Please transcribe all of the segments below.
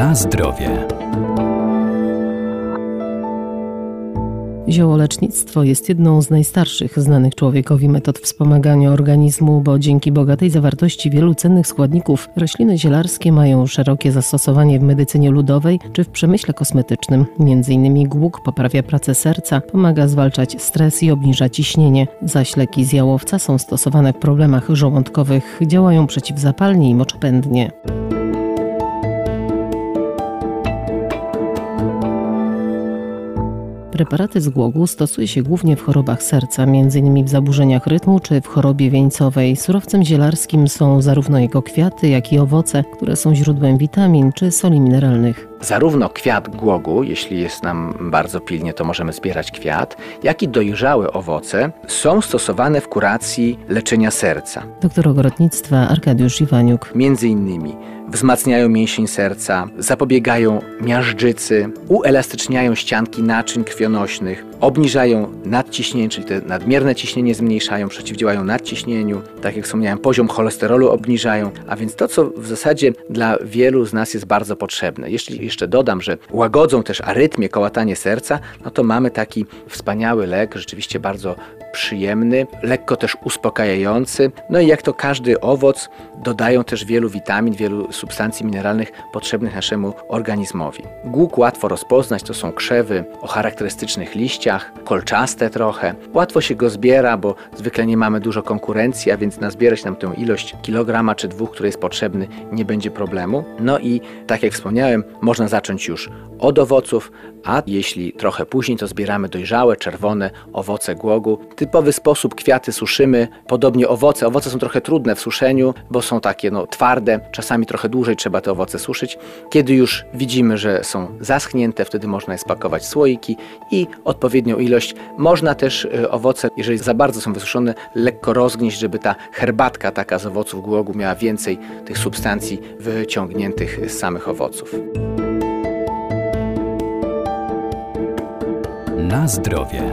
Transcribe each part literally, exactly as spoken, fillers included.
Na zdrowie. Ziołolecznictwo jest jedną z najstarszych znanych człowiekowi metod wspomagania organizmu, bo dzięki bogatej zawartości wielu cennych składników rośliny zielarskie mają szerokie zastosowanie w medycynie ludowej czy w przemyśle kosmetycznym. Między innymi głuk poprawia pracę serca, pomaga zwalczać stres i obniża ciśnienie, zaś leki z jałowca są stosowane w problemach żołądkowych, działają przeciwzapalnie i moczopędnie. Preparaty z głogu stosuje się głównie w chorobach serca, między innymi w zaburzeniach rytmu czy w chorobie wieńcowej. Surowcem zielarskim są zarówno jego kwiaty, jak i owoce, które są źródłem witamin czy soli mineralnych. Zarówno kwiat głogu, jeśli jest nam bardzo pilnie, to możemy zbierać kwiat, jak i dojrzałe owoce są stosowane w kuracji leczenia serca. Doktor ogrodnictwa Arkadiusz Iwaniuk. Między innymi wzmacniają mięsień serca, zapobiegają miażdżycy, uelastyczniają ścianki naczyń krwionośnych, obniżają nadciśnienie, czyli te nadmierne ciśnienie zmniejszają, przeciwdziałają nadciśnieniu, tak jak wspomniałem, poziom cholesterolu obniżają, a więc to, co w zasadzie dla wielu z nas jest bardzo potrzebne. Jeśli jeszcze dodam, że łagodzą też arytmię, kołatanie serca, no to mamy taki wspaniały lek, rzeczywiście bardzo przyjemny, lekko też uspokajający. No i jak to każdy owoc, dodają też wielu witamin, wielu substancji mineralnych potrzebnych naszemu organizmowi. Głuk łatwo rozpoznać, to są krzewy o charakterystycznych liściach, kolczaste trochę. Łatwo się go zbiera, bo zwykle nie mamy dużo konkurencji, a więc nazbierać nam tę ilość kilograma czy dwóch, który jest potrzebny, nie będzie problemu. No i tak jak wspomniałem, można zacząć już od owoców, a jeśli trochę później, to zbieramy dojrzałe, czerwone owoce głogu. Typowy sposób kwiaty suszymy, podobnie owoce. Owoce są trochę trudne w suszeniu, bo są takie no, twarde, czasami trochę dłużej trzeba te owoce suszyć. Kiedy już widzimy, że są zaschnięte, wtedy można je spakować w słoiki i odpowiednią ilość. Można też y, owoce, jeżeli za bardzo są wysuszone, lekko rozgnieść, żeby ta herbatka taka z owoców głogu miała więcej tych substancji wyciągniętych z samych owoców. Na zdrowie.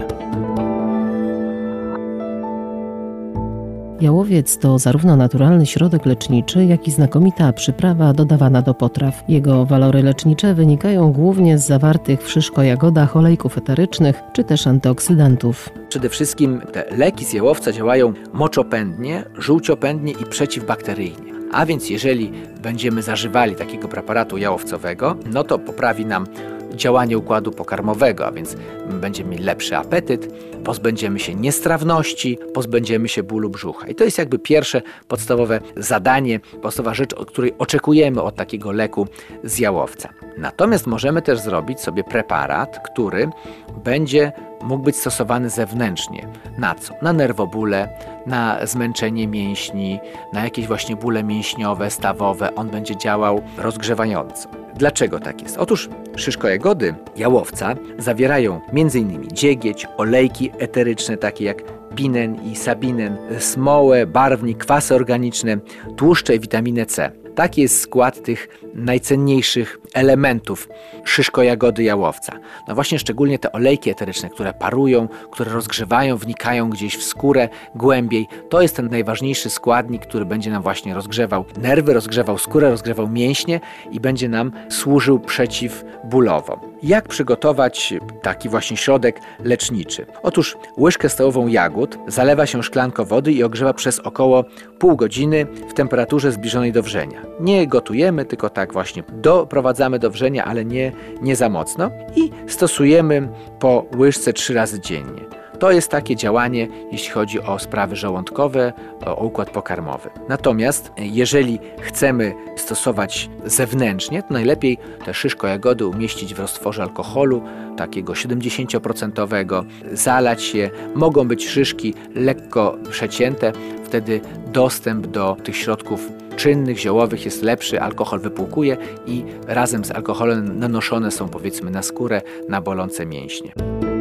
Jałowiec to zarówno naturalny środek leczniczy, jak i znakomita przyprawa dodawana do potraw. Jego walory lecznicze wynikają głównie z zawartych w szyszko-jagodach olejków eterycznych czy też antyoksydantów. Przede wszystkim te leki z jałowca działają moczopędnie, żółciopędnie i przeciwbakteryjnie. A więc jeżeli będziemy zażywali takiego preparatu jałowcowego, no to poprawi nam działanie układu pokarmowego, a więc będziemy mieli lepszy apetyt, pozbędziemy się niestrawności, pozbędziemy się bólu brzucha. I to jest jakby pierwsze podstawowe zadanie, podstawowa rzecz, od której oczekujemy od takiego leku z jałowca. Natomiast możemy też zrobić sobie preparat, który będzie mógł być stosowany zewnętrznie. Na co? Na nerwobóle, na zmęczenie mięśni, na jakieś właśnie bóle mięśniowe, stawowe. On będzie działał rozgrzewająco. Dlaczego tak jest? Otóż szyszko-jagody jałowca zawierają między innymi dziegieć, olejki eteryczne takie jak pinen i sabinen, smołę, barwnik, kwasy organiczne, tłuszcze i witaminę C. Taki jest skład tych najcenniejszych elementów szyszko-jagody jałowca. No właśnie szczególnie te olejki eteryczne, które parują, które rozgrzewają, wnikają gdzieś w skórę głębiej. To jest ten najważniejszy składnik, który będzie nam właśnie rozgrzewał nerwy, rozgrzewał skórę, rozgrzewał mięśnie i będzie nam służył przeciwbólowo. Jak przygotować taki właśnie środek leczniczy? Otóż łyżkę stołową jagód zalewa się szklanką wody i ogrzewa przez około pół godziny w temperaturze zbliżonej do wrzenia. Nie gotujemy, tylko tak właśnie doprowadzamy do wrzenia, ale nie, nie za mocno i stosujemy po łyżce trzy razy dziennie. To jest takie działanie, jeśli chodzi o sprawy żołądkowe, o układ pokarmowy. Natomiast jeżeli chcemy stosować zewnętrznie, to najlepiej te szyszko-jagody umieścić w roztworze alkoholu, takiego siedemdziesiąt procent, zalać je. Mogą być szyszki lekko przecięte, wtedy dostęp do tych środków czynnych, ziołowych jest lepszy, alkohol wypłukuje i razem z alkoholem nanoszone są powiedzmy na skórę, na bolące mięśnie.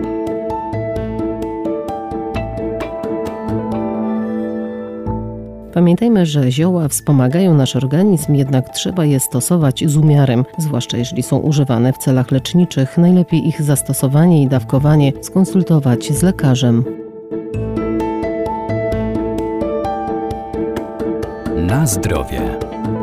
Pamiętajmy, że zioła wspomagają nasz organizm, jednak trzeba je stosować z umiarem, zwłaszcza jeżeli są używane w celach leczniczych. Najlepiej ich zastosowanie i dawkowanie skonsultować z lekarzem. Na zdrowie.